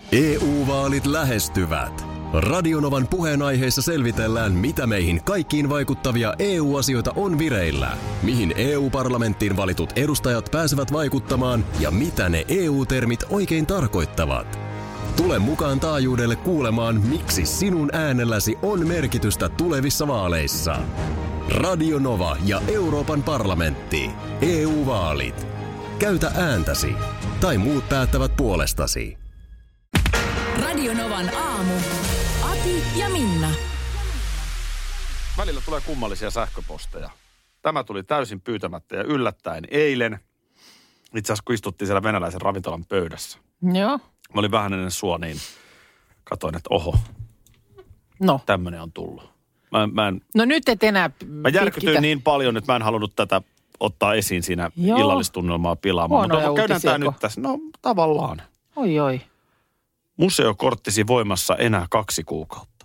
EU-vaalit lähestyvät. Radionovan puheenaiheessa selvitellään, mitä meihin kaikkiin vaikuttavia EU-asioita on vireillä, mihin EU-parlamenttiin valitut edustajat pääsevät vaikuttamaan ja mitä ne EU-termit oikein tarkoittavat. Tule mukaan taajuudelle kuulemaan, miksi sinun äänelläsi on merkitystä tulevissa vaaleissa. Radio Nova ja Euroopan parlamentti. EU-vaalit. Käytä ääntäsi. Tai muut päättävät puolestasi. Radio Novan aamu. Ati ja Minna. Välillä tulee kummallisia sähköposteja. Tämä tuli täysin pyytämättä ja yllättäen eilen. Itse asiassa kun istuttiin siellä venäläisen ravintolan pöydässä. Joo. Mä olin vähän ennen sua, niin katoin, että oho. No. Tämmönen on tullut. No nyt et enää Mä järkytyin niin paljon, että mä en halunnut tätä ottaa esiin siinä illallistunnelmaa pilaamaan. Huonoja Mutta käydään tää uutisiako? nyt tässä. No tavallaan. Oi. Museokorttisi voimassa enää 2 kuukautta.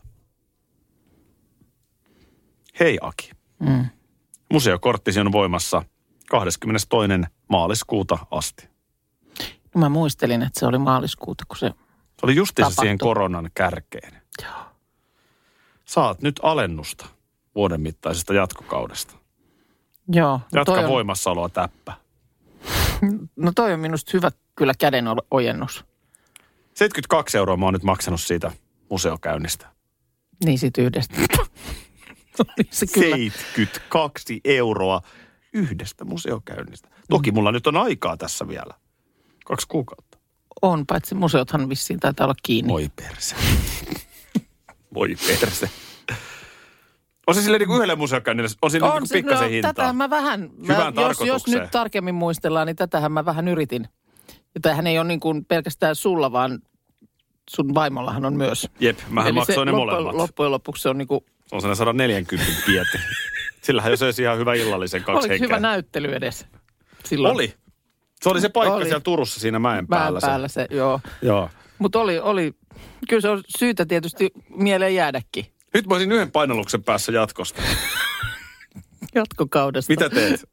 Hei Aki. Museokorttisi on voimassa 22. maaliskuuta asti. No mä muistelin, että se oli maaliskuuta, kun se Se oli justiinsa tapahtui. siihen koronan kärkeen. Joo. Saat nyt alennusta vuoden mittaisesta jatkokaudesta. Joo. Jatka voimassaoloa täppä. No toi on minusta hyvä kyllä käden ojennus. 72 € mä oon nyt maksanut siitä museokäynnistä. Niin sit yhdestä. Oli se kyllä. 72 € yhdestä museokäynnistä. Toki mulla nyt on aikaa tässä vielä. 2 kuukautta. On, paitsi museothan vissiin taitaa olla kiinni. Voi perse. Voi perse. On se silleen niin kuin yhdelle museokäynnille, on siinä niin pikkasen hintaa. Tätähän mä vähän, Hyvään jos tarkoitukseen. nyt tarkemmin muistellaan, niin tätähän mä vähän yritin. Ja tämähän ei ole niin kuin pelkästään sulla, vaan sun vaimollahan on myös. Jep, mähän maksoin ne molemmat. Loppujen lopuksi se on niin kuin. Se on sellainen 140 pieti. Sillähän jo söisi ihan hyvä illallisen 2 Oliko henkeä. hyvä näyttely edes silloin? Oli. Se oli se paikka Oli. siellä Turussa siinä mäen päällä. Mäen päällä se, joo. Joo. Mutta oli, kyllä se on syytä tietysti mieleen jäädäkin Nyt mä olisin yhden painalluksen päässä jatkosta. jatkokaudesta. Mitä teet?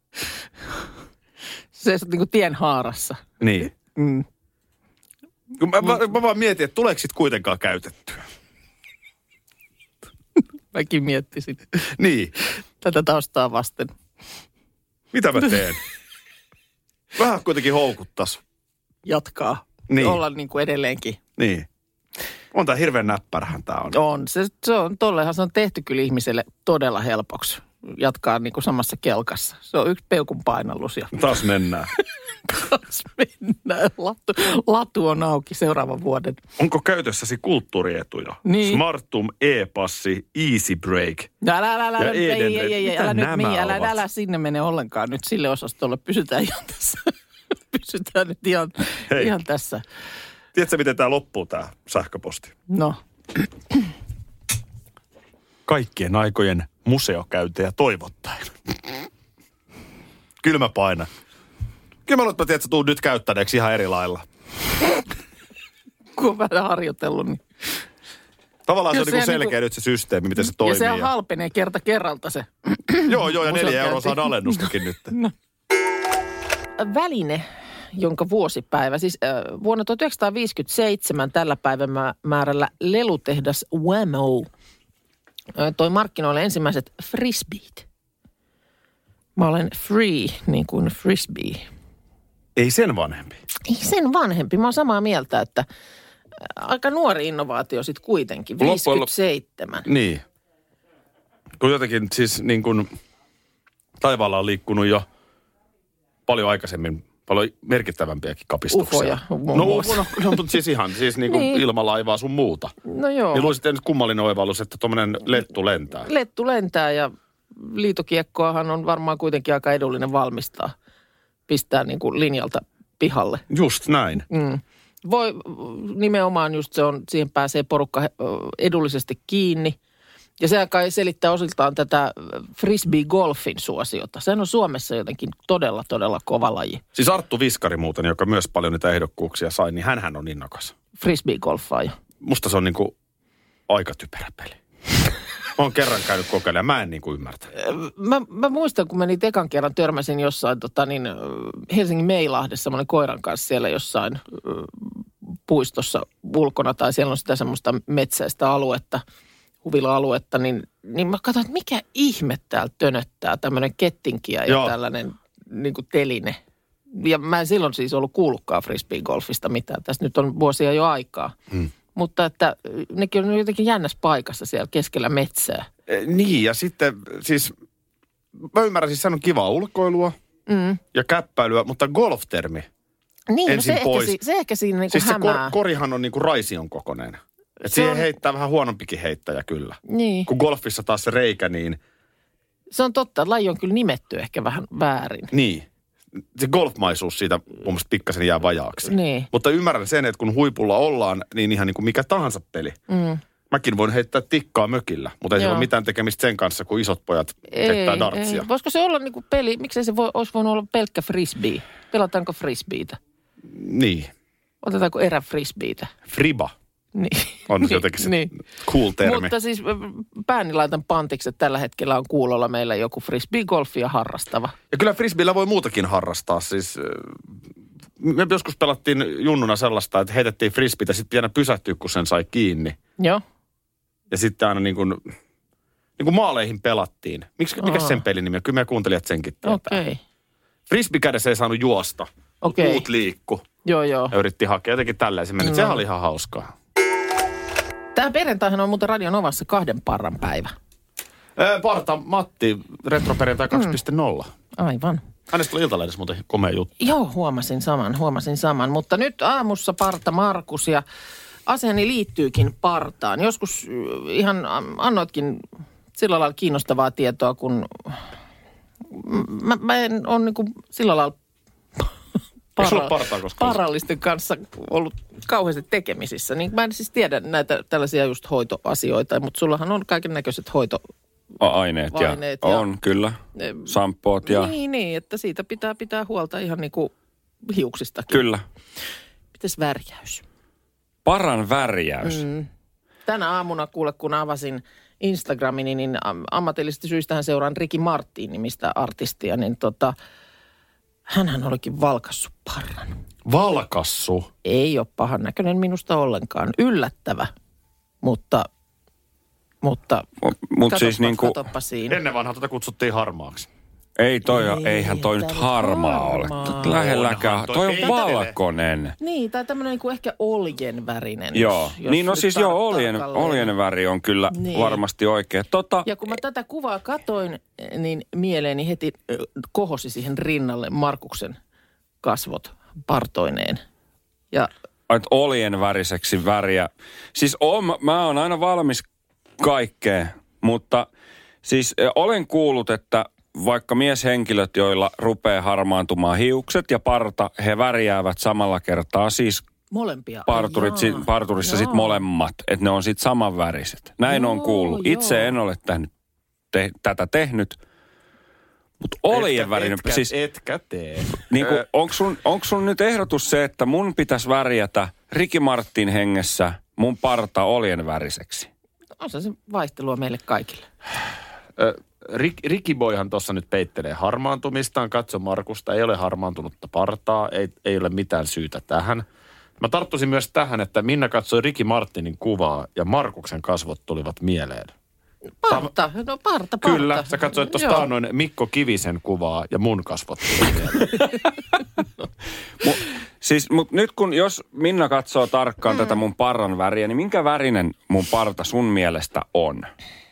Se on niin kuin tien haarassa. Niin. Mm. Kun mä vaan mietin, että tuleeko sit kuitenkaan käytettyä. Mäkin miettisin Niin. tätä taustaa vasten. Mitä mä teen? Vähän kuitenkin houkuttas. Jatkaa. Niin. Olla niin kuin edelleenkin. Niin. On tää hirveän näppärähän tää on. On. Se on tollehan se on tehty kyllä ihmiselle todella helpoksi. Jatkaa niin kuin samassa kelkassa. Se on yksi peukun painallus ja Taas mennään. taas mennään. Latu on auki seuraavan vuoden. Onko käytössäsi kulttuurietuja? Niin. Smartum, e-passi, Easy Break. No älä, Ja Edenred. ei, Mitä älä nyt nämä älä ovat? sinne mene ollenkaan nyt sille osastolle. Pysytään ihan tässä. Pysytään nyt Hei. ihan tässä. Tiedätkö, miten tää loppuu tää sähköposti? No, Kaikkien aikojen museokäyntejä toivottaen. Kyllä mä painan. Kyllä mä luulen, että mä tuun nyt käyttäneeksi ihan eri lailla. kun on vähän harjoitellut, niin. Tavallaan se on Kyllä niinku se selkeä nyt se systeemi, miten se Ja toimii. se halpenee kerta kerralta se. Joo, ja 4 € museokäynti. saan alennustakin nyt. Väline, jonka vuosipäivä, siis vuonna 1957 tällä päivämäärällä lelutehdas Wham-O toi markkinoille ensimmäiset frisbeet. Mä olen free, niin kuin frisbee. Ei sen vanhempi. Ei sen vanhempi. Mä oon samaa mieltä, että aika nuori innovaatio sitten kuitenkin. 57. Niin. Kun jotenkin siis niin kuin taivaalla on liikkunut jo paljon aikaisemmin, paljon merkittävämpiäkin kapistuksia. Ufoja muun No, muassa. mutta siis ihan siis niin kuin Niin. ilmalaivaa sun muuta. No joo. Niin luulisin, että kummallinen oivallus, että tuommoinen lettu lentää. Lettu lentää ja liitokiekkoahan on varmaan kuitenkin aika edullinen valmistaa. Pistää niin kuin linjalta pihalle. Just näin. Voi nimenomaan just se on, siihen pääsee porukka edullisesti kiinni. Ja se kai selittää osiltaan tätä frisbee-golfin suosiota. Sehän on Suomessa jotenkin todella, todella kova laji. Siis Arttu Viskari muuten, joka myös paljon niitä ehdokkuuksia sai, niin hänhän on innokas. Frisbee-golfaaja. Musta se on niinku aika typerä peli. Mä oon kerran käynyt kokeilemaan, mä en niinku ymmärtänyt. Mä muistan, kun mä niitä ekan kerran törmäsin jossain Helsingin Meilahdessa. Mä olin koiran kanssa siellä jossain puistossa ulkona tai siellä on sitä semmoista metsäistä aluetta, huvila-aluetta, niin mä katson, että mikä ihme täällä tönöttää tämmöinen kettinkiä ja tällainen niin kuin teline. Ja mä en silloin siis ollut kuullutkaan frisbeegolfista mitään. Tässä nyt on vuosia jo aikaa. Mutta että nekin on jotenkin jännässä paikassa siellä keskellä metsää. Niin, ja sitten siis mä ymmärrän, siis se on kivaa ulkoilua ja käppäilyä, mutta golf-termi niin, ensin no pois. Se ehkä siinä niinku siis hämää. Se korihan on niinku raision kokoinen. Et siihen heittää vähän huonompikin heittäjä kyllä. Niin. Kun golfissa taas se reikä, niin... Se on totta, laji on kyllä nimetty ehkä vähän väärin. Niin. Se golfmaisuus siitä mun mielestä pikkasen jää vajaaksi. Niin. Mutta ymmärrän sen, että kun huipulla ollaan, niin ihan niin kuin mikä tahansa peli. Mäkin voin heittää tikkaa mökillä, mutta ei se ole mitään tekemistä sen kanssa, kun isot pojat heittää dartsia. Ei. Voisiko se olla niin kuin peli, miksei se olisi voinut olla pelkkä frisbee? Pelataanko frisbeitä? Niin. Otetaanko eräfrisbeitä? Friba. Niin. On jotenkin se cool termi. Mutta siis pääni laitan pantiksi, että tällä hetkellä on kuulolla meillä joku frisbee-golfia harrastava. Ja kyllä frisbeellä voi muutakin harrastaa. Siis me joskus pelattiin junnuna sellaista, että heitettiin frisbeitä, sitten pienä pysähtyä, kun sen sai kiinni. Joo. Ja sitten aina niin kuin maaleihin pelattiin. Mikä sen pelin nimi on? Kyllä me kuuntelijat senkin tietää. Okei. Frisbee kädessä ei saanut juosta. Okei. Muut liikku. Joo. Ja yritti hakea jotenkin tälleen. Se meni. Sehän oli ihan hauskaa. Tämä perjantaihan on muuten Radio Novassa 2 parran päivä. Parta Matti, Retroperjantai 2.0. Aivan. Hänestä oli Iltalehdessä muuten komea juttu. Joo, huomasin saman. Mutta nyt aamussa Parta Markus ja asiani liittyykin partaan. Joskus ihan annoitkin sillä lailla kiinnostavaa tietoa, kun mä en ole niin kuin sillä lailla parallisten kanssa ollut kauheasti tekemisissä. Niin mä en siis tiedä näitä tällaisia just hoitoasioita, mutta sullahan on kaiken näköiset aineet ja on kyllä, samppoot ja... Niin, että siitä pitää huolta ihan niin kuin hiuksistakin. Kyllä. Mites värjäys? Paran värjäys. Tänä aamuna kuule, kun avasin Instagramini, niin ammatillisista syistähän seuraan Ricky Martin nimistä artistia, niin hänhän olikin valkassut parran. Valkassu? Ei ole pahan näköinen minusta ollenkaan. Yllättävä, mutta siis niinku... Katoppa siinä. Ennen vanhaa kutsuttiin harmaaksi. Eihän toi nyt harmaa ole. Lähelläkään. Toi on valkoinen. Niin, tai tämmöinen niinku ehkä oljen värinen. Joo. Niin no siis oljen väri on kyllä varmasti oikea. Ja kun mä tätä kuvaa katoin, niin mieleeni heti kohosi siihen rinnalle Markuksen kasvot partoineen. Ja oljen väriseksi väriä. Siis mä oon aina valmis kaikkeen, mutta siis olen kuullut, että vaikka mieshenkilöt, joilla rupeaa harmaantumaan hiukset ja parta, he värjäävät samalla kertaa siis molempia. Parturissa sitten molemmat, että ne on sitten samanväriset. Näin on kuullut. Itse en ole tätä tehnyt, mutta oljenvärinen. Etkä tee. Niin onko sun nyt ehdotus se, että mun pitäisi värjätä Ricky Martin hengessä mun parta oljenväriseksi? On se vaihtelua meille kaikille. Ricky Boyhan tuossa nyt peittelee harmaantumistaan. Katso Markusta, ei ole harmaantunutta partaa, ei ole mitään syytä tähän. Mä tarttuisin myös tähän, että Minna katsoi Ricky Martinin kuvaa ja Markuksen kasvot tulivat mieleen. Parta. Kyllä, sä katsoit tuosta noin Mikko Kivisen kuvaa ja mun kasvot tuli mieleen. Mutta nyt jos Minna katsoo tarkkaan tätä mun parran väriä, niin minkä värinen mun parta sun mielestä on?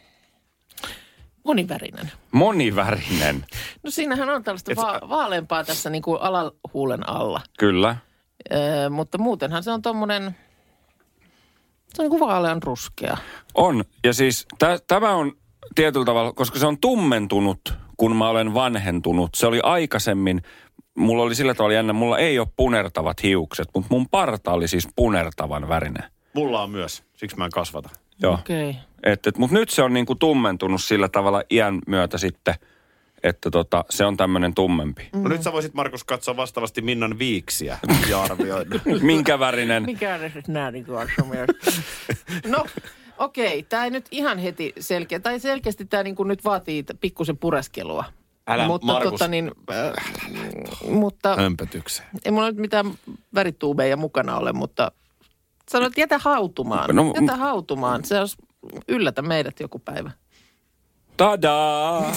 Monivärinen. No siinähän on tällaista vaaleampaa tässä niin kuin alahuulen alla. Kyllä. Mutta muutenhan se on tommonen, se on niin kuin vaalean ruskea. On. Ja siis tämä on tietyllä tavalla, koska se on tummentunut, kun mä olen vanhentunut. Se oli aikaisemmin, mulla oli sillä tavalla jännä, mulla ei ole punertavat hiukset, mutta mun parta oli siis punertavan värinen. Mulla on myös, siksi mä en kasvata. Joo. Okei. Mutta nyt se on niinku tummentunut sillä tavalla iän myötä sitten, että se on tämmöinen tummempi. No nyt sä voisit, Markus, katsoa vastaavasti Minnan viiksiä ja arvioida. Minkä värinen? Mikä ne sitten nää niinku on sun mielestä? No, okei. Tää ei nyt ihan heti selkeä. Tai selkeästi tää niinku nyt vaatii pikkusen pureskelua. Älä, mutta Markus. Mutta hömpötykseen. Ei mulla nyt mitään värituubeja mukana ole, mutta Sanoit, jätä hautumaan. No, Jätä hautumaan. Se olisi yllätä meidät joku päivä. Tadaa!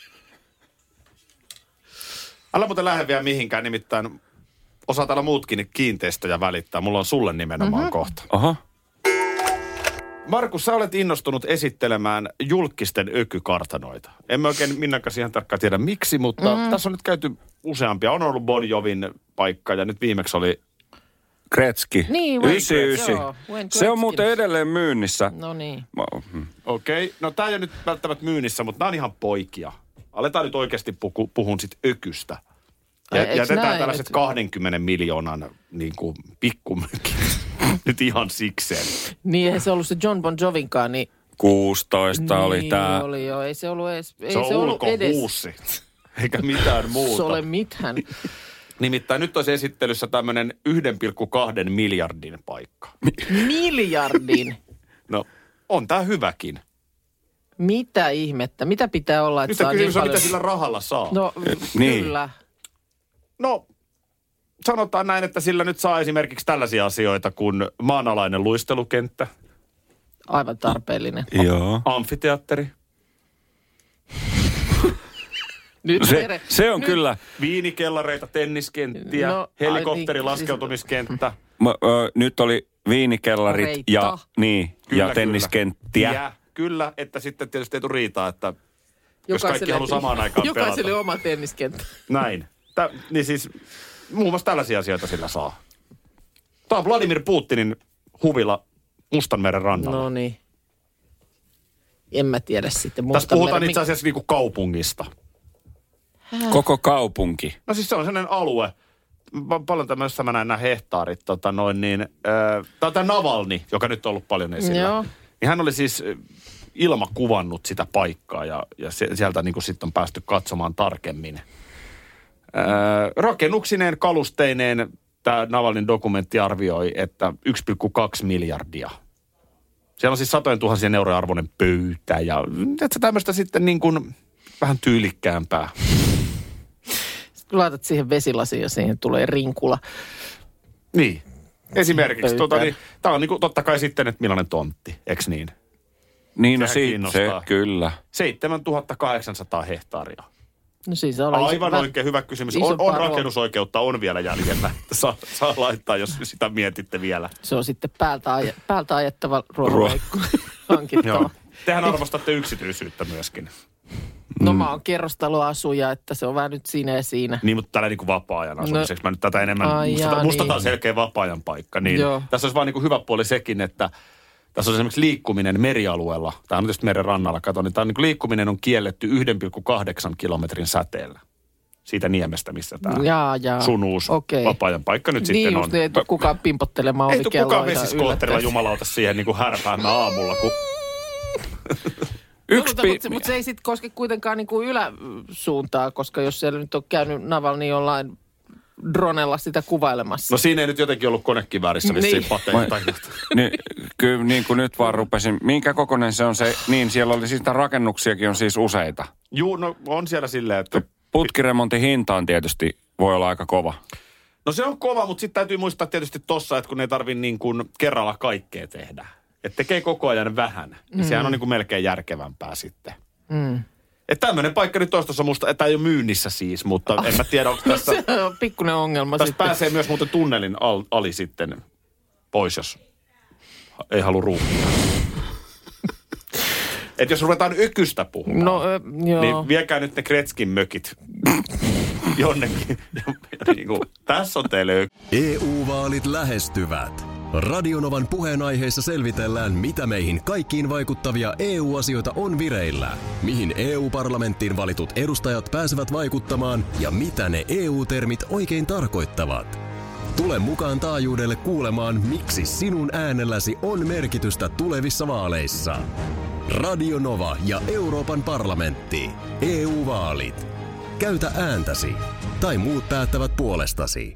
Älä muuten lähde vielä mihinkään, nimittäin osaa täällä muutkin kiinteistöjä välittää. Mulla on sulle nimenomaan kohta. Aha. Markus, sä olet innostunut esittelemään julkisten ökykartanoita. En mä oikein Minnakaan ihan tarkkaan tiedä miksi, mutta tässä on nyt käyty useampia. On ollut Bon Jovin paikka ja nyt viimeksi oli... Gretzky. Niin, 99. joo, Wayne Se on Gretzky. muuten edelleen myynnissä. No niin. Okei. No tää ei ole nyt välttämättä myynnissä, mutta nämä on ihan poikia. Aletaan nyt oikeasti puhun sit ökystä. Ja Eiks jätetään näin tällaiset nyt? 20 miljoonan niin kuin pikkumökit nyt ihan sikseen. Niin, eihän se ollut se John Bon Jovinkaan, niin... 16 oli niin, tää. oli jo. Ei se ollut edes... Ei Se on ollut edes... ulkohuussi, eikä mitään muuta. Se ole mitään. Nimittäin nyt olisi esittelyssä tämmöinen 1,2 miljardin paikka. Miljardin. No, on tää hyväkin. Mitä ihmettä? Mitä pitää olla, että Nyt saa on niin kysymys on, paljon... mitä sillä rahalla saa. No, Niin. kyllä. No, sanotaan näin, että sillä nyt saa esimerkiksi tällaisia asioita kuin maanalainen luistelukenttä, Aivan tarpeellinen. Joo. amfiteatteri, Nyt Se on kyllä. viinikellareita, tenniskenttiä, No, helikopterilaskeutumiskenttä. Nyt oli viinikellarit Reitta. ja, niin, Kyllä, ja tenniskenttiä. Ja kyllä, että sitten tietysti ei tule riitaa, että jos kaikki Jokaiselle- haluaa samaan aikaan Jokaiselle pelata. oma tenniskenttä. Näin. Niin siis muun muassa tällaisia asioita sillä saa. Tämä on Vladimir Putinin huvila Mustanmeren rannalla. No niin. En mä tiedä sitten. Tässä puhutaan itse asiassa niinku kaupungista. Koko kaupunki. No siis se on sellainen alue, paljon tämmöistä mä näen nämä hehtaarit, tämä on tämä Navalny, joka nyt on ollut paljon esillä. Joo. Niin hän oli siis ilmakuvannut sitä paikkaa ja sieltä niin kuin sitten on päästy katsomaan tarkemmin. Rakennuksineen, kalusteineen tämä Navalnyn dokumentti arvioi, että 1,2 miljardia. Siellä on siis 100 000 eurojen arvoinen pöytä ja tämmöistä sitten niin kuin vähän tyylikkäämpää. Sitten laitat siihen vesilasiin ja siihen tulee rinkula. Niin. Esimerkiksi. Pöytään. Tämä on niin kuin, totta kai sitten, että millainen tontti, eikö niin? Niin, no Sehän se kiinnostaa. kyllä. 7800 hehtaaria. No siis on Aivan oikein hyvä kysymys. On isompaa rakennusoikeutta on vielä jäljellä. Saa laittaa, jos sitä mietitte vielä. Se on sitten päältä ajettava ruohonleikku hankittava. Joo. Tehän arvostatte yksityisyyttä myöskin. No mä oon kerrostaloasuja, että se on vähän nyt siinä ja siinä. Niin, mutta tällä niin kuin vapaa-ajan asumiseksi. Mä nyt tätä enemmän, musta niin. tämä on selkeä vapaa-ajan paikka. Niin Joo. tässä olisi vaan niin kuin hyvä puoli sekin, että tässä on esimerkiksi liikkuminen merialueella. Tämä on tietysti meren rannalla, kato, niin tämä on niin kuin liikkuminen on kielletty 1,8 kilometrin säteellä. Siitä niemestä, missä tämä Jaa. sun uusi Okei. vapaa-ajan paikka nyt Niin sitten just, on. niin ei tule kukaan pimpottelemaan Ei tule kukaan ovikelloja vesiskootterilla yllättäen. jumalauta siihen niin kuin härpäämään aamulla, kun... Mutta se ei sitten koske kuitenkaan niinku yläsuuntaa, koska jos siellä nyt on käynyt Navalny jollain dronella sitä kuvailemassa. No siinä ei nyt jotenkin ollut konekiväärissä vissiin Niin. pateita. Kyllä niin kuin nyt vaan rupesin. Minkä kokoinen se on se? Niin, siellä oli siis rakennuksiakin on siis useita. Juu, no on siellä silleen, että... Putkiremontin hinta on tietysti, voi olla aika kova. No se on kova, mutta sitten täytyy muistaa tietysti tossa, että kun ei tarvitse niin kuin kerralla kaikkea tehdä. Että tekee koko ajan vähän. Ja sehän on niin kuin melkein järkevämpää sitten. Että tämmöinen paikka nyt toistossa musta, että ei ole myynnissä siis, mutta en mä tiedä, onko tässä... Se on pikkuinen ongelma Tästä sitten. pääsee myös muuten tunnelin ali sitten pois, jos ei halua ruuhkia. Että jos ruvetaan ökystä puhumaan, No, joo. niin viekää nyt ne Gretzkin mökit jonnekin. Niin kuin, tässä on teille EU-vaalit lähestyvät. Radionovan puheenaiheessa selvitellään, mitä meihin kaikkiin vaikuttavia EU-asioita on vireillä, mihin EU-parlamenttiin valitut edustajat pääsevät vaikuttamaan ja mitä ne EU-termit oikein tarkoittavat. Tule mukaan taajuudelle kuulemaan, miksi sinun äänelläsi on merkitystä tulevissa vaaleissa. Radio Nova ja Euroopan parlamentti. EU-vaalit. Käytä ääntäsi. Tai muut päättävät puolestasi.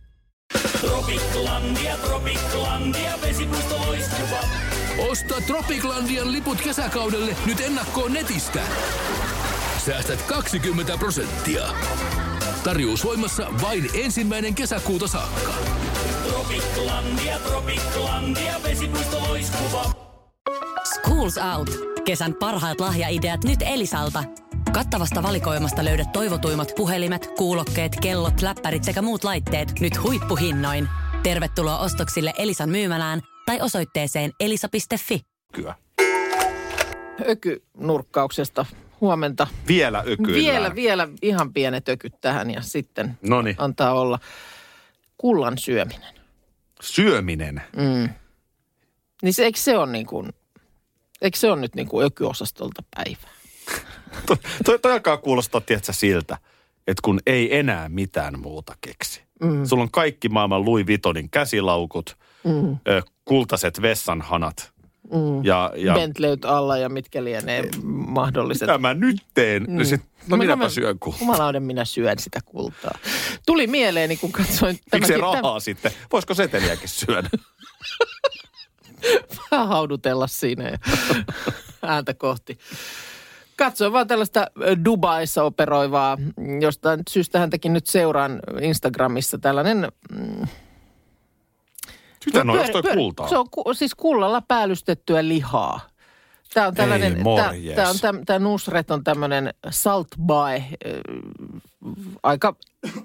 Tropiklandia, vesipuisto loistuva. Osta Tropiklandian liput kesäkaudelle nyt ennakkoon netistä. Säästät 20%. Tarjous voimassa vain 1. kesäkuuta saakka. Tropiklandia, Tropiklandia, vesipuisto loiskuva. Schools Out. Kesän parhaat lahjaideat nyt Elisalta. Kattavasta valikoimasta löydät toivotuimmat puhelimet, kuulokkeet, kellot, läppärit sekä muut laitteet nyt huippuhinnoin. Tervetuloa ostoksille Elisan myymälään tai osoitteeseen elisa.fi. Kyllä. Ökynurkkauksesta huomenta. Vielä ökyillään. Vielä ihan pienet ökyt tähän ja sitten Noniin. antaa olla kullan syöminen. Syöminen? Niin eikö se on nyt niin kuin ökyosastolta päivää? Toi alkaa kuulostaa, tietsä, siltä, että kun ei enää mitään muuta keksi. Sulla on kaikki maailman Louis Vuittonin käsilaukut, kultaiset vessanhanat. Ja Bentleyt alla ja mitkä lienee mahdolliset. Mitä mä nyt teen? Minäpä syön kultaa. Jumalauden, minä syön sitä kultaa. Tuli mieleeni, kun katsoin. Miksei rahaa sitten? Voisiko seteliäkin syödä? Vähän haudutella siinä ja ääntä kohti. Katsoin vaan tällaista Dubaissa operoivaa, jostain syystä häntäkin nyt seuraan Instagramissa tällainen. Sitä on jostain kultaa. Se on siis kullalla päällystettyä lihaa. Tämä on tällainen, tämä Nusret on tämmöinen salt bae, aika,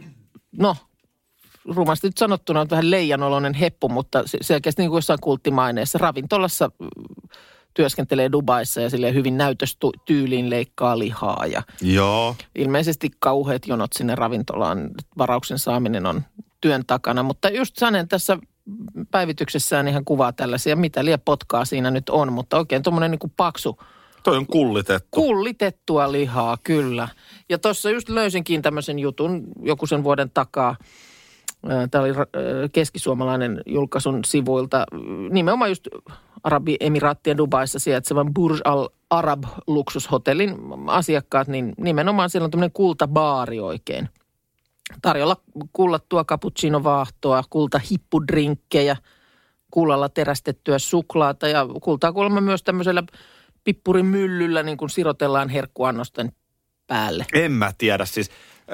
rumasti nyt sanottuna on vähän leijanoloinen heppu, mutta selkeästi niin kuin jossain kulttimaineessa ravintolassa työskentelee Dubaissa ja silleen hyvin näytöstyyliin leikkaa lihaa. Ja joo. Ilmeisesti kauheat jonot sinne ravintolaan, varauksen saaminen on työn takana, mutta just Sanen tässä päivityksessään ihan kuvaa tällaisia, mitä liian potkaa siinä nyt on, mutta oikein tuommoinen niin kuin paksu. Toi on kullitettu. Kullitettua lihaa, kyllä. Ja tuossa just löysinkin tämmöisen jutun joku sen vuoden takaa. Tämä oli keskisuomalainen julkaisun sivuilta. Nimenomaan just Arabiemiraattien Dubaissa sijaitsevan Burj Al Arab -luksushotellin asiakkaat, niin nimenomaan siellä on tämmöinen kultabaari oikein. Tarjolla kullattua cappuccino-vaahtoa, kultahippudrinkkejä, kullalla terästettyä suklaata ja kultaa kuulemma myös tämmöisellä pippurimyllyllä niin kuin sirotellaan herkkuannosten päälle. En mä tiedä siis.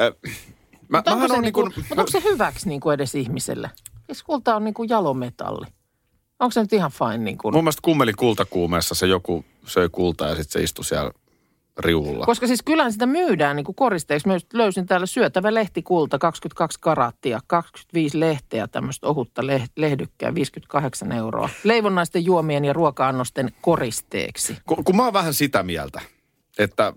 Mutta onko se hyväksi niin kuin edes ihmiselle? Siis kulta on niin kuin jalometalli. Onko se nyt ihan fine niin kuin? Mun mielestä kummelin kultakuumeessa se joku söi kultaa ja sitten se istui siellä riulla. Koska siis kyllähän sitä myydään niin kuin koristeeksi. Mä löysin täällä syötävä lehtikulta, 22 karattia, 25 lehteä, tämmöistä ohutta lehdykkää, 58 €. Leivonnaisten juomien ja ruoka-annosten koristeeksi. Kun mä oon vähän sitä mieltä, että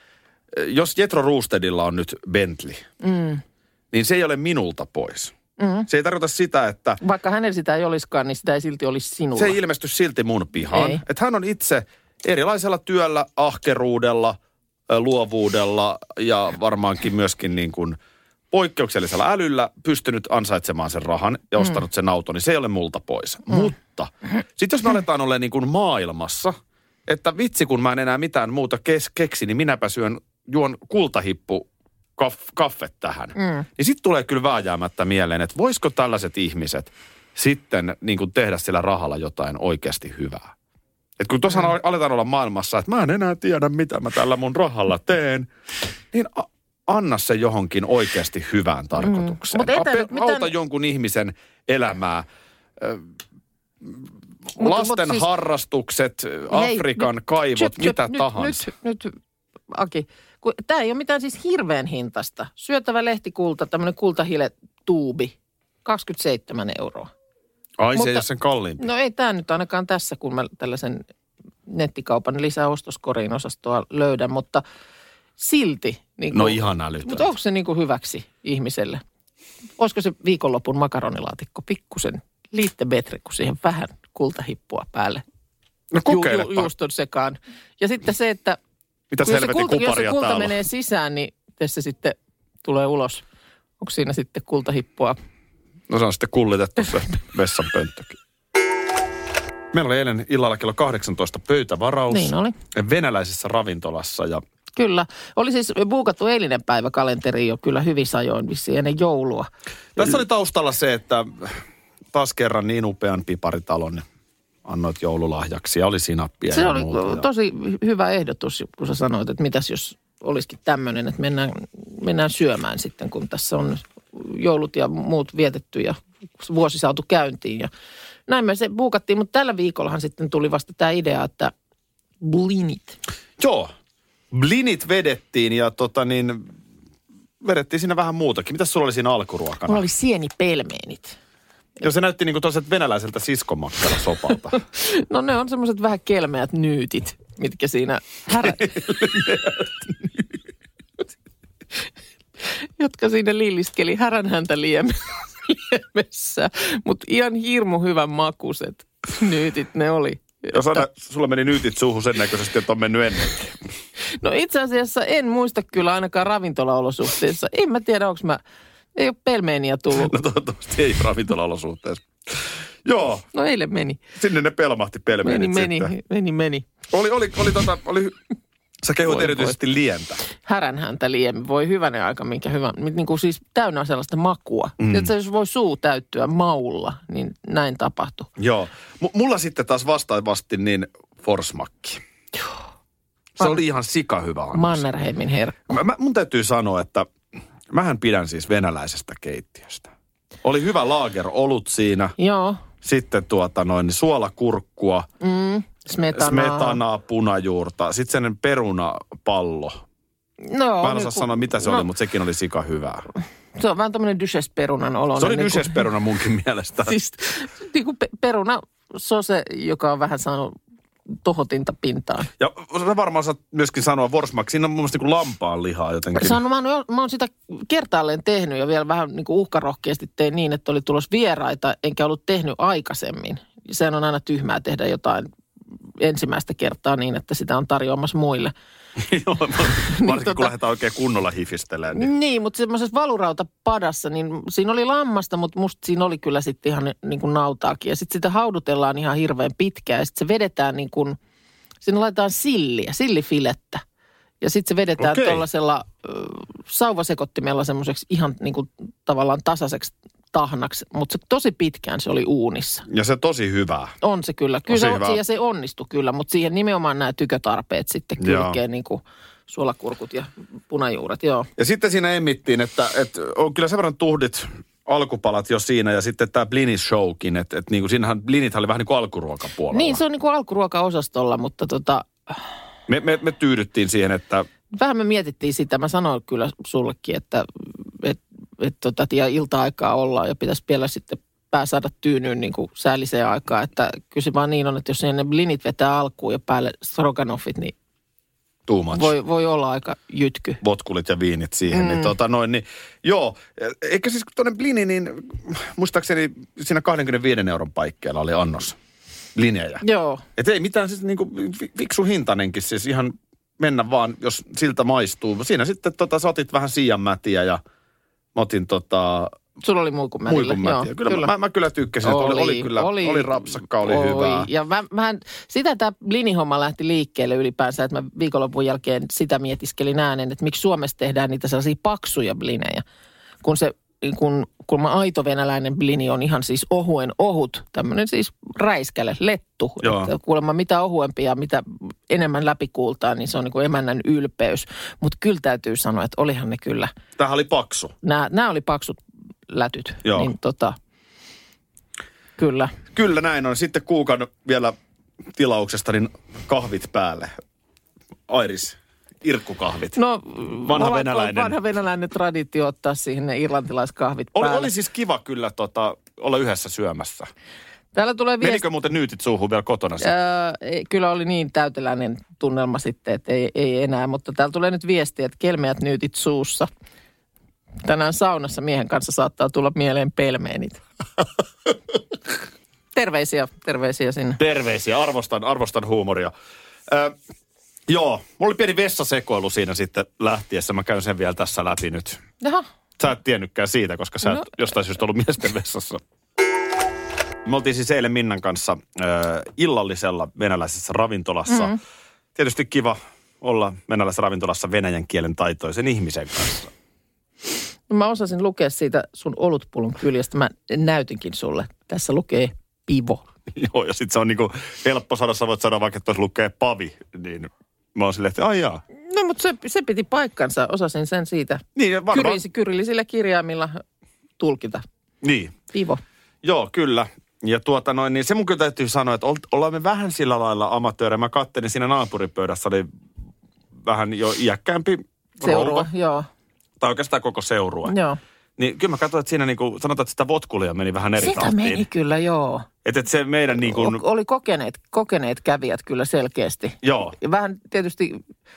jos Jethro Roostedilla on nyt Bentley, niin se ei ole minulta pois. Se ei tarkoita sitä, että vaikka hänellä sitä ei olisikaan, niin sitä ei silti olisi sinulla. Se ei ilmesty silti mun pihaan. Että hän on itse erilaisella työllä, ahkeruudella, luovuudella ja varmaankin myöskin niin kuin poikkeuksellisella älyllä pystynyt ansaitsemaan sen rahan ja ostanut sen auton, niin se ei ole multa pois. Mutta sitten jos me aletaan olla niin kuin maailmassa, että vitsi kun mä en enää mitään muuta keksi, niin minäpä juon kultahippu kaffet tähän. Niin sitten tulee kyllä vääjäämättä mieleen, että voisiko tällaiset ihmiset sitten niin kuin tehdä sillä rahalla jotain oikeasti hyvää. Että kun tuossa aletaan olla maailmassa, että mä en enää tiedä, mitä mä tällä mun rahalla teen, niin anna se johonkin oikeasti hyvään tarkoitukseen. Auta jonkun ihmisen elämää. Lasten harrastukset, Afrikan kaivot, mitä tahansa. Nyt, Aki, tämä ei ole mitään siis hirveän hintasta. Syötävä lehtikulta, tämmöinen kultahiletuubi, 27 €. Ai se ei ole sen kalliimpi. No ei tämä nyt ainakaan tässä, kun mä tällaisen nettikaupan lisäostoskoriin osastoa löydän, mutta silti. Niin kuin, no ihan älytöntä. Mutta onko se niin kuin hyväksi ihmiselle? Olisiko se viikonlopun makaronilaatikko pikkusen liitte betre, kun siihen vähän kultahippua päälle? No kokeilepa. Juuston sekaan. Ja sitten se, että mitäs helvetin kuparia jos se kulta täällä menee sisään, niin tässä sitten tulee ulos. Onko siinä sitten kultahippua? No se on sitten kullitettu se vessanpönttökin. Meillä oli eilen illalla kello 18 pöytävaraus. Niin oli. Venäläisessä ravintolassa ja kyllä. Oli siis buukattu eilinen päivä kalenteriin jo kyllä hyvissä ajoin vissiin ennen joulua. Tässä oli taustalla se, että taas kerran niin upean piparitalon annoit joululahjaksi ja oli sinappia se ja oli muuta. Tosi hyvä ehdotus, kun sä sanoit, että mitäs jos olisikin tämmöinen, että mennään syömään sitten, kun tässä on joulut ja muut vietetty ja vuosi saatu käyntiin. Ja näin me se buukattiin, mutta tällä viikollahan sitten tuli vasta tämä idea, että blinit. Joo, blinit vedettiin ja vedettiin siinä vähän muutakin. Mitäs sulla oli siinä alkuruokana? Mulla oli sienipelmeenit. Joo, se näytti niinku toiselta venäläiseltä siskonmakkarasopalta. No ne on semmoiset vähän kelmeät nyytit, mitkä siinä jotka siinä lilliskeli häränhäntä liemessä. Mutta ihan hirmu hyvän makuiset nyytit ne oli. Jos sulla meni nyytit suuhun sen näköisesti, että on mennyt ennenkin. No itse asiassa en muista kyllä ainakaan ravintolaolosuhteissa. En mä tiedä, ei ole pelmeeniä tullut. No toivottavasti ei ravintolaolosuhteessa. Joo. No eilen meni. Sinne ne pelmahti pelmeenit sitten. Meni. Oli sä kehuit erityisesti lientä. Häränhäntä liemi. Voi hyvänen aika, minkä hyvä. Niin kuin siis täynnä sellaista makua. Että jos voi suu täyttyä maulla, niin näin tapahtui. Joo. Mulla sitten taas vastaavasti niin forsmakki. Joo. Se oli ihan sikahyvä annos. Mannerheimin herkku. Mun täytyy sanoa, että mähän pidän siis venäläisestä keittiöstä. Oli hyvä laagerolut siinä. Joo. Sitten niin suolakurkkua. Smetanaa, punajuurta. Sitten sellainen perunapallo. No, mä en osaa sanoa, mitä se oli, mutta sekin oli sika hyvää. Se on vähän tämmöinen dysesperunan oloinen. Se oli dysesperuna munkin mielestä. Siis niin kuin perunasose, joka on vähän saanut tohotinta pintaan. Ja sä varmaan saat myöskin sanoa Forsmark, siinä on mun mielestä niin kuin lampaan lihaa jotenkin. Mä oon sitä kertaalleen tehnyt ja vielä vähän niin kuin uhkarohkeasti tein niin, että oli tulossa vieraita, enkä ollut tehnyt aikaisemmin. Sehän on aina tyhmää tehdä jotain ensimmäistä kertaa niin, että sitä on tarjoamassa muille. Joo, varsinkin kun lähdetään oikein kunnolla hifistelemään. Niin, mutta semmoisessa valurautapadassa, niin siinä oli lammasta, mutta musta siinä oli kyllä sitten ihan niin kuin nautaakin. Ja sitten sitä haudutellaan ihan hirveän pitkään ja sitten se vedetään niin kuin, siinä laitetaan sillifilettä. Ja sitten se vedetään tuollaisella sauvasekottimella semmoiseksi ihan niin kuin tavallaan tasaiseksi tahnaksi, mutta se tosi pitkään se oli uunissa. Ja se tosi hyvää. On se kyllä. Kyllä se onnistui kyllä, mutta siihen nimenomaan nämä tykötarpeet sitten kylkee niin kuin suolakurkut ja punajuuret, joo. Ja sitten siinä emmittiin, että on kyllä sen verran tuhdit alkupalat jo siinä ja sitten tämä blinishowkin, että niin kuin siinähän blinithän oli vähän niin kuin alkuruokapuolella. Niin, se on niin kuin alkuruokaosastolla, mutta Me tyydyttiin siihen, että vähän me mietittiin sitä. Mä sanoin kyllä sullekin, että ilta-aikaa ollaan ja pitäisi vielä sitten saada tyynyyn niin kuin säälliseen aikaan. Että kyllä se vaan niin on, että jos ne blinit vetää alkuun ja päälle stroganoffit, niin voi olla aika jytky. Votkulit ja viinit siihen. Niin, joo, eikä siis tuonne blini, niin muistaakseni siinä 25 euron paikkeilla oli annos blinejä. Joo. Että ei mitään siis niinku fiksu hintainenkin siis ihan mennä vaan, jos siltä maistuu. Siinä sitten sä otit vähän siianmätiä ja mä otin Sulla oli muikunmätiä. Joo, kyllä. Mä kyllä tykkäsin, että oli rapsakka, oli hyvää. Ja sitä tämä blinihomma lähti liikkeelle ylipäänsä, että mä viikonlopun jälkeen sitä mietiskelin äänen, että miksi Suomessa tehdään niitä sellaisia paksuja blinejä, kun aito venäläinen blini on ihan siis ohut, tämmöinen siis räiskäle, lettu. Että kuulemma mitä ohuempi ja mitä enemmän läpikuultaa, niin se on niin kuin emännän ylpeys. Mutta kyllä täytyy sanoa, että olihan ne kyllä. Tämähän oli paksu. Nämä oli paksut lätyt. Joo. Niin kyllä. Kyllä näin on. Sitten Kuukan vielä tilauksesta niin kahvit päälle. Airis. Irkkukahvit. No, vanha venäläinen traditio ottaa siihen ne irlantilaiskahvit päälle. Oli siis kiva kyllä olla yhdessä syömässä. Täällä tulee menikö muuten nyytit suuhun vielä kotona? Kyllä oli niin täyteläinen tunnelma sitten, että ei enää. Mutta täällä tulee nyt viestiä, että kelmeät nyytit suussa. Tänään saunassa miehen kanssa saattaa tulla mieleen pelmeenit. Terveisiä sinne. Terveisiä, arvostan huumoria. Joo, mulla oli pieni vessasekoilu siinä sitten lähtiessä. Mä käyn sen vielä tässä läpi nyt. Jaha. Sä et tiennytkään siitä, koska sä et jostain syystä ollut miesten vessassa. Me oltiin siis eilen Minnan kanssa illallisella venäläisessä ravintolassa. Mm-hmm. Tietysti kiva olla venäläisessä ravintolassa venäjän kielen taitoisen ihmisen kanssa. Mä osasin lukea siitä sun olutpullon kyljestä. Mä näytinkin sulle. Tässä lukee pivo. Joo, ja sit se on niinku helppo sanoa. Sä voit sanoa vaikka, että tuossa lukee pavi. Niin mä oon silleen, että aijaa. No, mutta se piti paikkansa. Osasin sen siitä niin, kyrillisillä kirjaimilla tulkita. Niin. Pivo. Joo, kyllä. Ja niin se mun kyllä täytyy sanoa, että ollaan me vähän sillä lailla amatöörejä. Mä kattelin siinä naapuripöydässä, oli vähän jo iäkkäämpi rouva. Joo. Tai oikeastaan koko seurue. Joo. Niin kyllä mä katsoin, että siinä niinku, sanotaan, että sitä votkulia meni vähän eri Sitä tahtiin. meni kyllä, joo. Että se meidän niinku... Oli kokeneet kävijät kyllä selkeästi. Joo. Ja vähän tietysti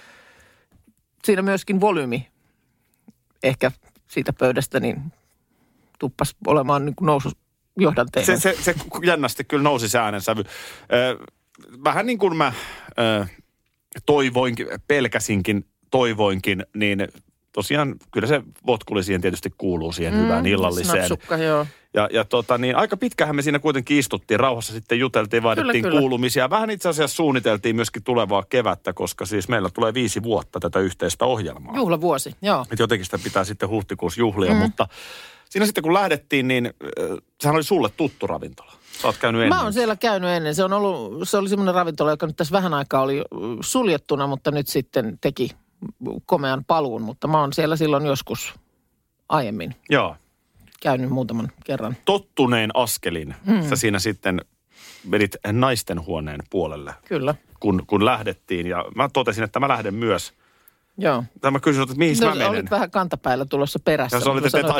siinä myöskin volyymi ehkä siitä pöydästä niin tuppas olemaan niin kuin nousujohdanteinen. Se jännästi kyllä nousi se äänensävy. Vähän niin kuin mä toivoinkin, toivoinkin, niin tosiaan kyllä se votkuli siihen tietysti kuuluu siihen hyvään illalliseen. Snapsukka, joo. Ja aika pitkähän me siinä kuitenkin istuttiin. Rauhassa sitten juteltiin, vaihdettiin kuulumisia. Vähän itse asiassa suunniteltiin myöskin tulevaa kevättä, koska siis meillä tulee 5 vuotta tätä yhteistä ohjelmaa. Juhlavuosi, joo. Että jotenkin sitä pitää sitten huhtikuussa juhlia, mutta siinä sitten kun lähdettiin, niin sehän oli sulle tuttu ravintola. Sä oot käynyt ennen. Mä oon siellä käynyt ennen. Se oli semmoinen ravintola, joka nyt tässä vähän aikaa oli suljettuna, mutta nyt sitten teki komean paluun. Mutta mä oon siellä silloin joskus aiemmin. Joo. Käynyt muutaman kerran. Tottuneen askelin. Sä siinä sitten vedit naisten huoneen puolelle. Kyllä. Kun lähdettiin. Ja mä totesin, että mä lähden myös. Joo. Tai mä kysyin, että mihin mä menen. Olit vähän kantapäällä tulossa perässä. Ja sä olit, että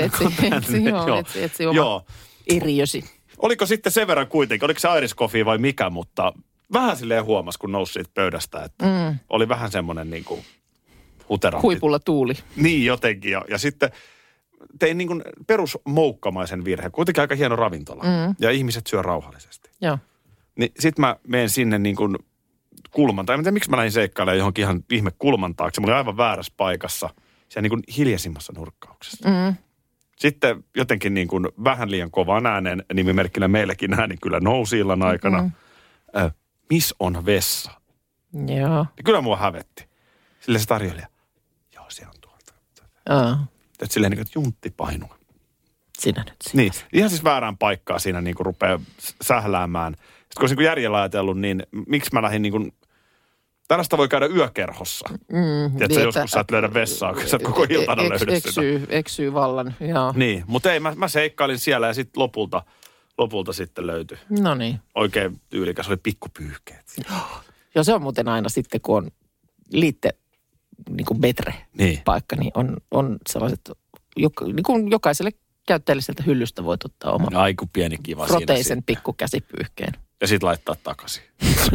etsi oma eriösi. Oliko sitten sen verran kuitenkin, oliko se Irish Coffee vai mikä, mutta vähän silleen huomasi, kun nousi siitä pöydästä, että oli vähän semmoinen niin kuin huterantti. Huipulla tuuli. Niin jotenkin. Ja sitten tein niin kuin perusmoukkamaisen virheen. Kuitenkin aika hieno ravintola. Ja ihmiset syö rauhallisesti. Joo. Niin sit mä menen sinne niin kuin kulmantaan. En tiedä, miksi mä lähdin seikkailemaan johonkin ihan ihme kulman taakse. Mä olin aivan väärässä paikassa. Siellä niin kuin hiljaisimmassa nurkkauksessa. Sitten jotenkin niin kuin vähän liian kovaan ääneen, nimimerkkinä meillekin ääni kyllä nousi illan aikana. Miss on vessa? Joo. Ja kyllä mua hävetti. Sille se tarjoilija, joo se on tuolta. Että silleen niin kuin, että juntti painua. Sinä nyt. Niin, ihan siis väärään paikkaa siinä niin kuin rupeaa sähläämään. Sitten kun olisi niin kuin järjellä ajatellut, niin miksi mä lähdin niin kuin, tällaista voi käydä yökerhossa. Tiedätkö, joskus sä et löydä vessaa, kun sä et koko iltana löydä sitä. Eksyy vallan, joo. Niin, mutta ei, mä seikkailin siellä ja sitten lopulta sitten löytyi. No niin. Oikein tyylikäs, oli pikkupyyhkeet. Joo, se on muuten aina sitten, kun on liitte niin kuin betre-paikka, niin on sellaiset, niin kuin jokaiselle käyttäjälle sieltä hyllystä voit ottaa oman aiku pieni kiva proteisen pikkukäsipyyhkeen. Ja sitten laittaa takaisin.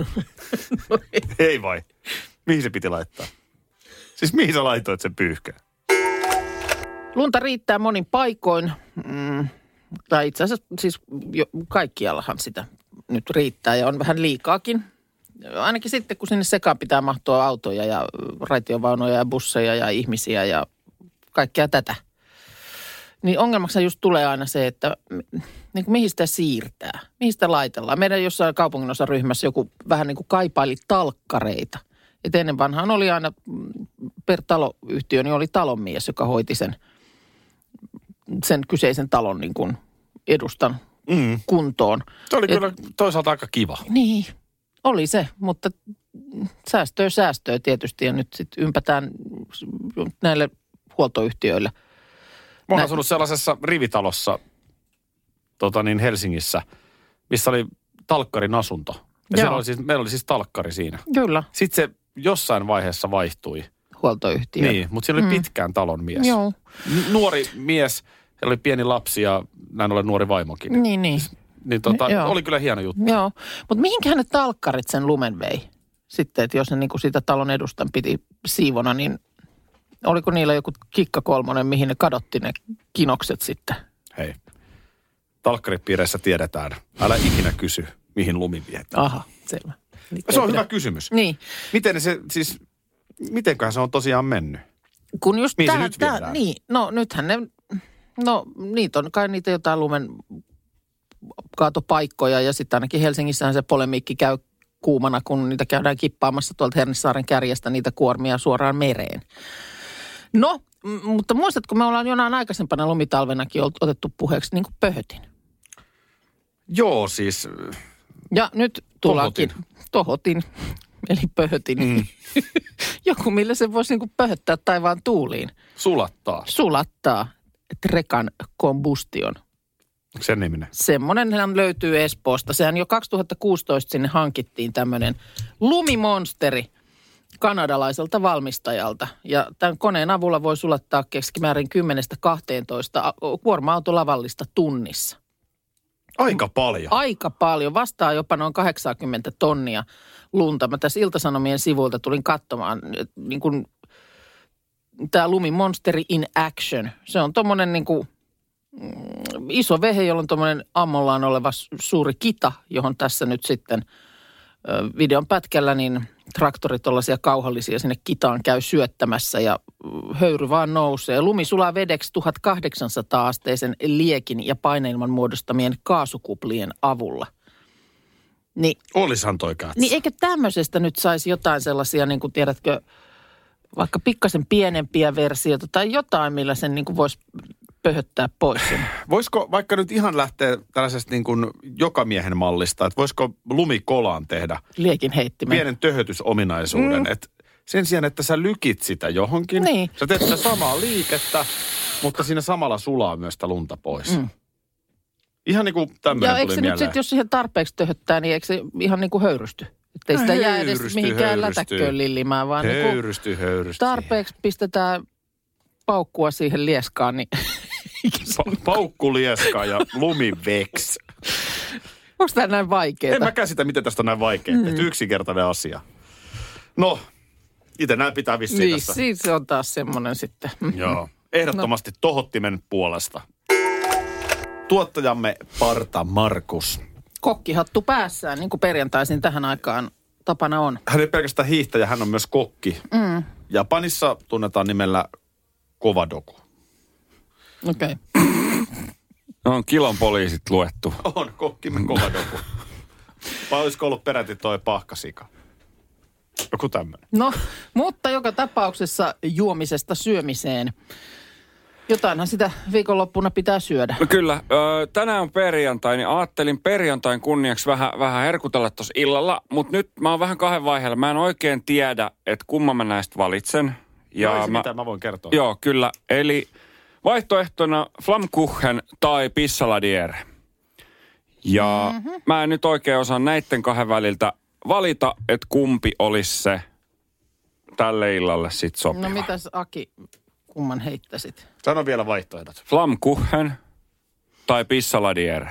Ei vai? Mihin se piti laittaa? Siis mihin sä laitoit sen pyyhkeen? Lunta riittää monin paikoin. Tai itse asiassa siis kaikkiallahan sitä nyt riittää ja on vähän liikaakin. Ainakin sitten, kun sinne sekaan pitää mahtua autoja ja raitiovaunoja ja busseja ja ihmisiä ja kaikkea tätä. Niin ongelmaksi just tulee aina se, että niin kuin mihin sitä siirtää, mihin sitä laitellaan. Meidän jossain kaupunginosaryhmässä joku vähän niin kuin kaipaili talkkareita. Et ennen vanhaan oli aina per taloyhtiö, niin oli talonmies, joka hoiti sen kyseisen talon niin kuin edustan kuntoon. Se oli kyllä toisaalta aika kiva. Niin, oli se, mutta säästöä tietysti ja nyt sitten ympätään näille huoltoyhtiöille. Mä oon asunut sellaisessa rivitalossa Helsingissä, missä oli talkkarin asunto. Ja meillä oli siis talkkari siinä. Kyllä. Sitten se jossain vaiheessa vaihtui. Huoltoyhtiö. Niin, mutta siinä oli pitkään talon mies. Joo. Nuori mies, heillä oli pieni lapsi ja näin ollen nuori vaimokin. Niin. Niin oli kyllä hieno juttu. Joo, mutta mihinkähän ne talkkarit sen lumen vei? Sitten, että jos ne niin kuin siitä talon edustan piti siivona, niin oliko niillä joku kikka kolmonen, mihin ne kadotti ne kinokset sitten? Hei, talkkaripiireissä tiedetään. Älä ikinä kysy, mihin lumi vietään. Aha, selvä. Se on hyvä kysymys. Niin. Mitenköhän se on tosiaan mennyt? Kun just mihin se nyt viedään? Niin, no nythän niitä on kai niitä jotain lumen kaatopaikkoja ja sitten ainakin Helsingissähän se polemiikki käy kuumana, kun niitä käydään kippaamassa tuolta Hernesaaren kärjestä niitä kuormia suoraan mereen. No, mutta muistatko, me ollaan jonain aikaisempana lumitalvenakin otettu puheeksi niin kuin pöhötin. Joo, siis... Ja nyt tullaankin tohotin, eli pöhötin. Joku, millä se voisi niin kuin pöhöttää taivaan tuuliin. Sulattaa. Sulattaa. Trekan combustion. Sen niminen. Semmonenhan löytyy Espoosta. Sehän jo 2016 sinne hankittiin tämmöinen lumimonsteri kanadalaiselta valmistajalta. Ja tämän koneen avulla voi sulattaa keskimäärin 10-12 kuorma-autolavallista tunnissa. Aika paljon. Aika paljon. Vastaa jopa noin 80 tonnia lunta. Mä tässä Ilta-Sanomien sivuilta tulin katsomaan, niin kuin tämä lumimonsteri in action. Se on tommonen niin kuin iso vehe, jolla on tuommoinen ammollaan oleva suuri kita, johon tässä nyt sitten videon pätkällä niin traktorit tuollaisia kauhallisia sinne kitaan käy syöttämässä ja höyry vaan nousee. Lumi sulaa vedeksi 1800-asteisen liekin ja paineilman muodostamien kaasukuplien avulla. Olisahan toi katso. Niin eikö tämmöisestä nyt saisi jotain sellaisia, niin kuin tiedätkö, vaikka pikkasen pienempiä versioita tai jotain, millä sen niin kuin voisi pöhöttää pois. Voisiko vaikka nyt ihan lähteä tällaisesta niin kuin jokamiehen mallista, että voisiko lumikolaan tehdä liekin heittimen pienen töhötysominaisuuden, että sen sijaan, että sä lykit sitä johonkin, niin. Sä teet sitä samaa liikettä, mutta siinä samalla sulaa myös sitä lunta pois. Ihan niin kuin tämmöinen tuli mieleen. Ja eikö se nyt jos siihen tarpeeksi töhöttää, niin eikö se ihan niin kuin höyrysty? Että ei sitä jää edes mihinkään lätäkköön lillimään, vaan höyrysty. Tarpeeksi pistetään paukkua siihen lieskaan, niin paukkulieska ja lumiveks. Onko tämä näin vaikeaa? En mä käsitä, miten tästä on näin vaikeaa. Yksinkertainen asia. No, itse näin pitää vissiin tästä. Niin, se on taas semmoinen sitten. Joo, ehdottomasti tohottimen puolesta. Tuottajamme Parta Markus. Kokkihattu päässään, niin kuin perjantaisin tähän aikaan tapana on. Hän ei pelkästään hiihtäjä, hän on myös kokki. Japanissa tunnetaan nimellä Kovadoku. Okei. On kilon poliisit luettu. On, kokkimme Kovadoku. Vai olisiko ollut peräti toi pahkasika? Joku tämmöinen. No, mutta joka tapauksessa juomisesta syömiseen. Jotainhan sitä viikonloppuna pitää syödä. No kyllä. Tänään on perjantai, niin ajattelin perjantain kunniaksi vähän herkutella tuossa illalla. Mutta nyt mä oon vähän kahden vaiheella. Mä en oikein tiedä, että kumman mä näistä valitsen. Ja mitä mä voin kertoa. Joo, kyllä. Eli vaihtoehtona Flammkuchen tai Pissaladiere. Ja mä en nyt oikein osaa näiden kahden väliltä valita, että kumpi olisi se tälle illalle sit sopiva. No mitäs Aki, kumman heittäisit? Sano vielä vaihtoehdot. Flammkuchen tai Pissaladiere.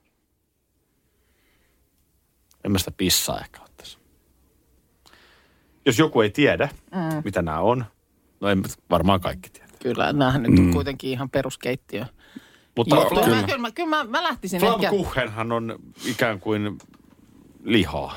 En mä sitä pissaa ehkä ottaisi. Jos joku ei tiedä, mitä nämä on, no en varmaan kaikki tiedä. Kyllä, näähän nyt on kuitenkin ihan peruskeittiö. Mutta kyllä mä lähtisin ehkä. Flammkuchenhan on ikään kuin lihaa.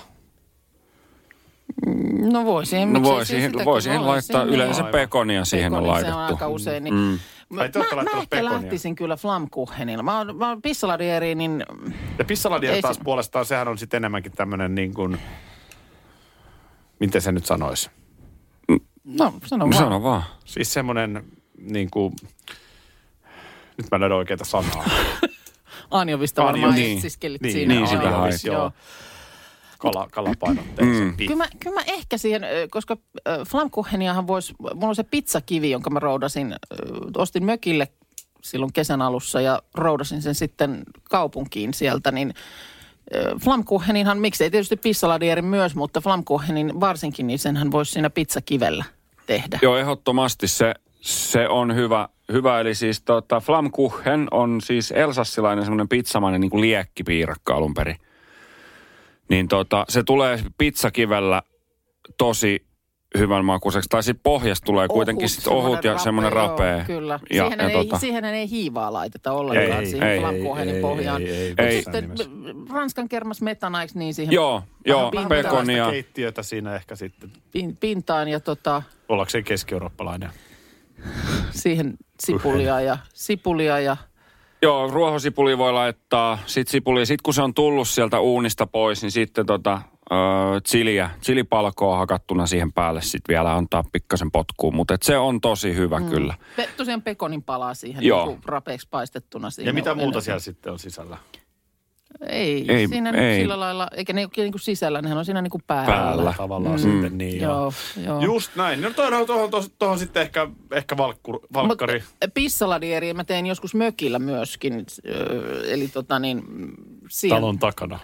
No voisin laittaa yleensä pekonia siihen on laitettu. Se on aika usein. Niin mä ehkä lähtisin kyllä Flammkuchenilla. Mä oon Pissaladieriin, niin ja Pissaladieri taas puolestaan, sehän on sitten enemmänkin tämmöinen niin kuin, miten se nyt sanoisi? No, sano vaan. Siis semmoinen niin kuin, nyt mä löydän oikeita sanaa. Anjovista varmaan etsiskelit siinä. Niin, sitä haisi, joo. Kalapainotteisen. Kyllä mä ehkä siihen, koska Flammkucheniahan voisi, mulla on se pizzakivi, jonka mä roudasin, ostin mökille silloin kesän alussa ja roudasin sen sitten kaupunkiin sieltä, niin Flammkucheninhan, miksei tietysti Pissaladierin myös, mutta Flammkuchenin varsinkin, niin senhän voisi siinä pizzakivellä tehdä. Joo, ehdottomasti se on hyvä. Eli siis Flammkuchen on siis elsassilainen semmoinen pizzamainen niin kuin liekkipiirakka alun perin. Niin se tulee pizzakivellä tosi hyvän makuiseksi. Tai sitten pohjasta tulee kuitenkin ohut ja semmoinen rapea. Joo, kyllä. Siihen ei hiivaa laiteta ollenkaan siihen Flammkuchenin pohjaan. Ei. Sitten Ranskan kermas metana, eikö niin siihen? Joo, pekonia. Keittiötä siinä ehkä sitten. Pintaan ja ollakseen keski-eurooppalainen. Siihen sipulia ja Joo, ruohosipuli voi laittaa. Sitten kun se on tullut sieltä uunista pois, niin sitten chilipalkoa hakattuna siihen päälle sitten vielä antaa pikkasen potkuun. Mutta se on tosi hyvä kyllä. Tosiaan pekonin palaa siihen rapeeksi paistettuna. Siihen ja mitä muuta siellä sitten on sisällä? Ei siinä sillä lailla, eikä ne ole niin kuin sisällä, nehän on siinä niin kuin päällä. Tavallaan sitten niin. Joo. Just näin. No tuohon sitten ehkä valkkari. Pissaladieri mä tein joskus mökillä myöskin, eli siihen. Talon takana.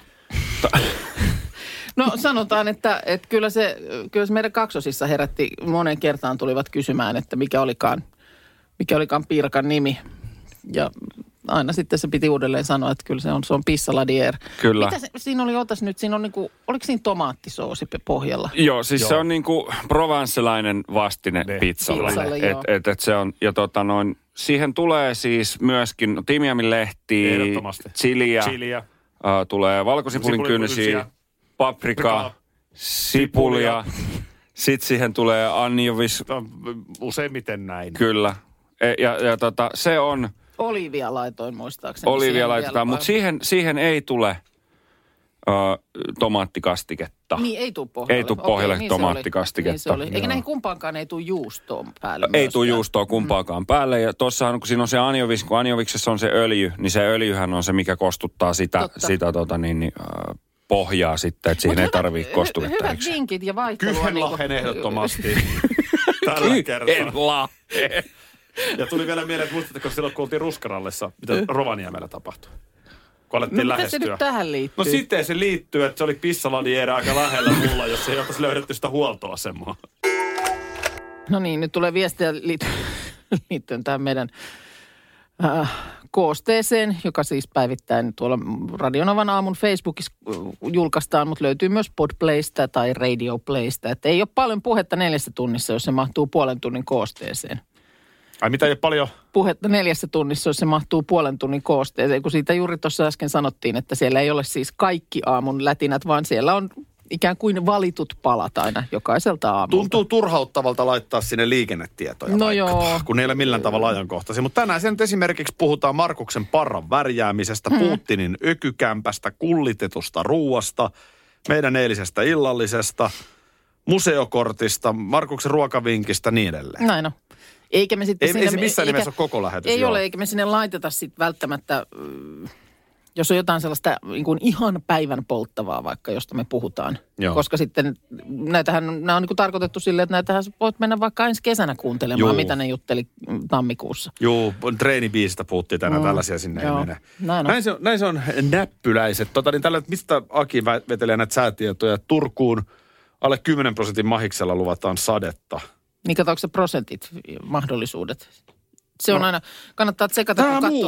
No sanotaan, että kyllä se meidän kaksosissa herätti, monen kertaan tulivat kysymään, että mikä olikaan piirakan nimi. Ja aina sitten se piti uudelleen sanoa, että kyllä se on pissaladier. Kyllä. Mitä siinä oli, siinä on niinku, oliko siinä tomaattisoosi pohjalla? Joo, siis se on niinku provencelainen vastine pizzalle. Et se on, ja siihen tulee siis myöskin timiaminlehtiä, chiliä. Tulee valkosipulin kynsiä, paprikaa, sipulia. Sitten siihen tulee anjovis. Useimmiten näin. Kyllä. Ja se on... Olivia laitoin muistaakseni. Olivia laitetaan, mutta siihen ei tule tomaattikastiketta. Niin, ei tule pohjalle. Ei tule pohjalle tomaattikastiketta. Niin se oli. Eikä näihin kumpaankaan ei tule juustoa päälle. Ei tule juustoa kumpaakaan päälle. Ja tuossahan, kun siinä on se anjovis, kun anjoviksessa on se öljy, niin se öljyhän on se, mikä kostuttaa sitä pohjaa sitten, että siihen ei tarvitse kostuketta. Hyvät vinkit ja vaihtelua. Kyhenlahen ehdottomasti. Tällä kertaa. Ja tuli vielä mieleen, että muistatteko silloin, kun oltiin Ruskarallessa, mitä Rovaniemellä tapahtui? Kun alettiin lähestyä. Mitä se nyt tähän liittyy? No sitten se liittyy, että se oli pissaladieri aika lähellä mulla, jos ei oltaisi löydetty sitä huoltoasemaa. No niin, nyt tulee viestiä liittyen tähän meidän koosteeseen, joka siis päivittäin tuolla Radio Novan aamun Facebookissa julkaistaan, mutta löytyy myös Podplaysta tai Radio Playsta. Että ei ole paljon puhetta 4 tunnissa, jos se mahtuu puolen tunnin koosteeseen. Ai mitä ei ole paljon? Puhetta 4 tunnissa, jos se mahtuu puolen tunnin koosteeseen, kun siitä juuri tuossa äsken sanottiin, että siellä ei ole siis kaikki aamun lätinät, vaan siellä on ikään kuin valitut palat aina jokaiselta aamulta. Tuntuu turhauttavalta laittaa sinne liikennetietoja kun ne ei ole millään tavalla ajankohtaisia. Mutta tänään sen esimerkiksi puhutaan Markuksen parran värjäämisestä, Putinin ökykämpästä, kullitetusta ruuasta, meidän eilisestä illallisesta, museokortista, Markuksen ruokavinkistä, niin edelleen. Näin on. Eikä me sitten ei se missään nimessä ole koko lähetys. Ei ole, eikä me sinne laiteta sitten välttämättä, jos on jotain sellaista niin kuin ihan päivän polttavaa vaikka, josta me puhutaan. Joo. Koska sitten nämä on niin kuin tarkoitettu silleen, että näitähän voit mennä vaikka ensi kesänä kuuntelemaan, mitä ne jutteli tammikuussa. Joo, treenibiisistä puhuttiin tänään, tällaisia sinne ei mene. Näin se on näppyläiset. Mistä Aki vetelee näitä säätietoja? Turkuun alle 10% mahiksella luvataan sadetta. Niin katsoinko se prosentit, mahdollisuudet? Se on aina, kannattaa tsekata, kun katsoo.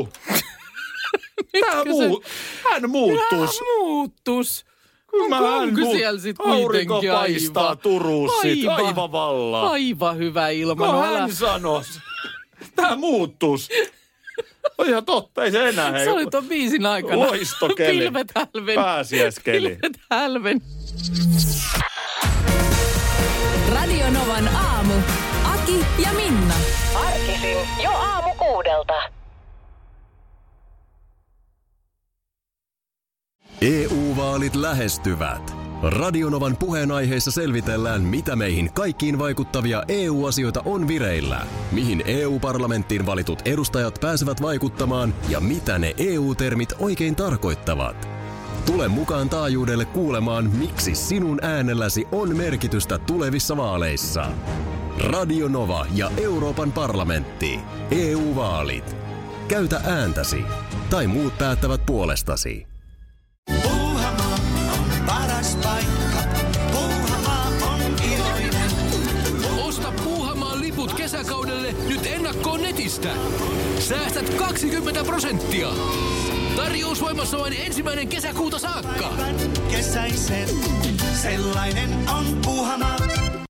Hän muuttus. Onko siellä sitten aurinko paistaa Turussa aivan vallaan. Aivan hyvä ilma. No hän sanois. Tämä muuttus. On ihan totta, ei se enää. Se oli ton biisin aikana. Loistokeli. Pilvet hälven. Pääsiäiskeli. Pilvet hälven. Radio Novan aamu. Aki ja Minna. Arkisin jo 6:00. EU-vaalit lähestyvät. Radio Novan puheenaiheessa selvitellään, mitä meihin kaikkiin vaikuttavia EU-asioita on vireillä, mihin EU-parlamenttiin valitut edustajat pääsevät vaikuttamaan ja mitä ne EU-termit oikein tarkoittavat. Tule mukaan taajuudelle kuulemaan, miksi sinun äänelläsi on merkitystä tulevissa vaaleissa. Radio Nova ja Euroopan parlamentti. EU-vaalit. Käytä ääntäsi. Tai muut päättävät puolestasi. Puuhamaa on paras paikka. Puuhamaa on iloinen. Osta Puuhamaan liput kesäkaudelle nyt ennakkoon netistä. Säästät 20%. Tarjous voimassa vain 1. kesäkuuta saakka. Kesäisen, sellainen on Puuhamaa.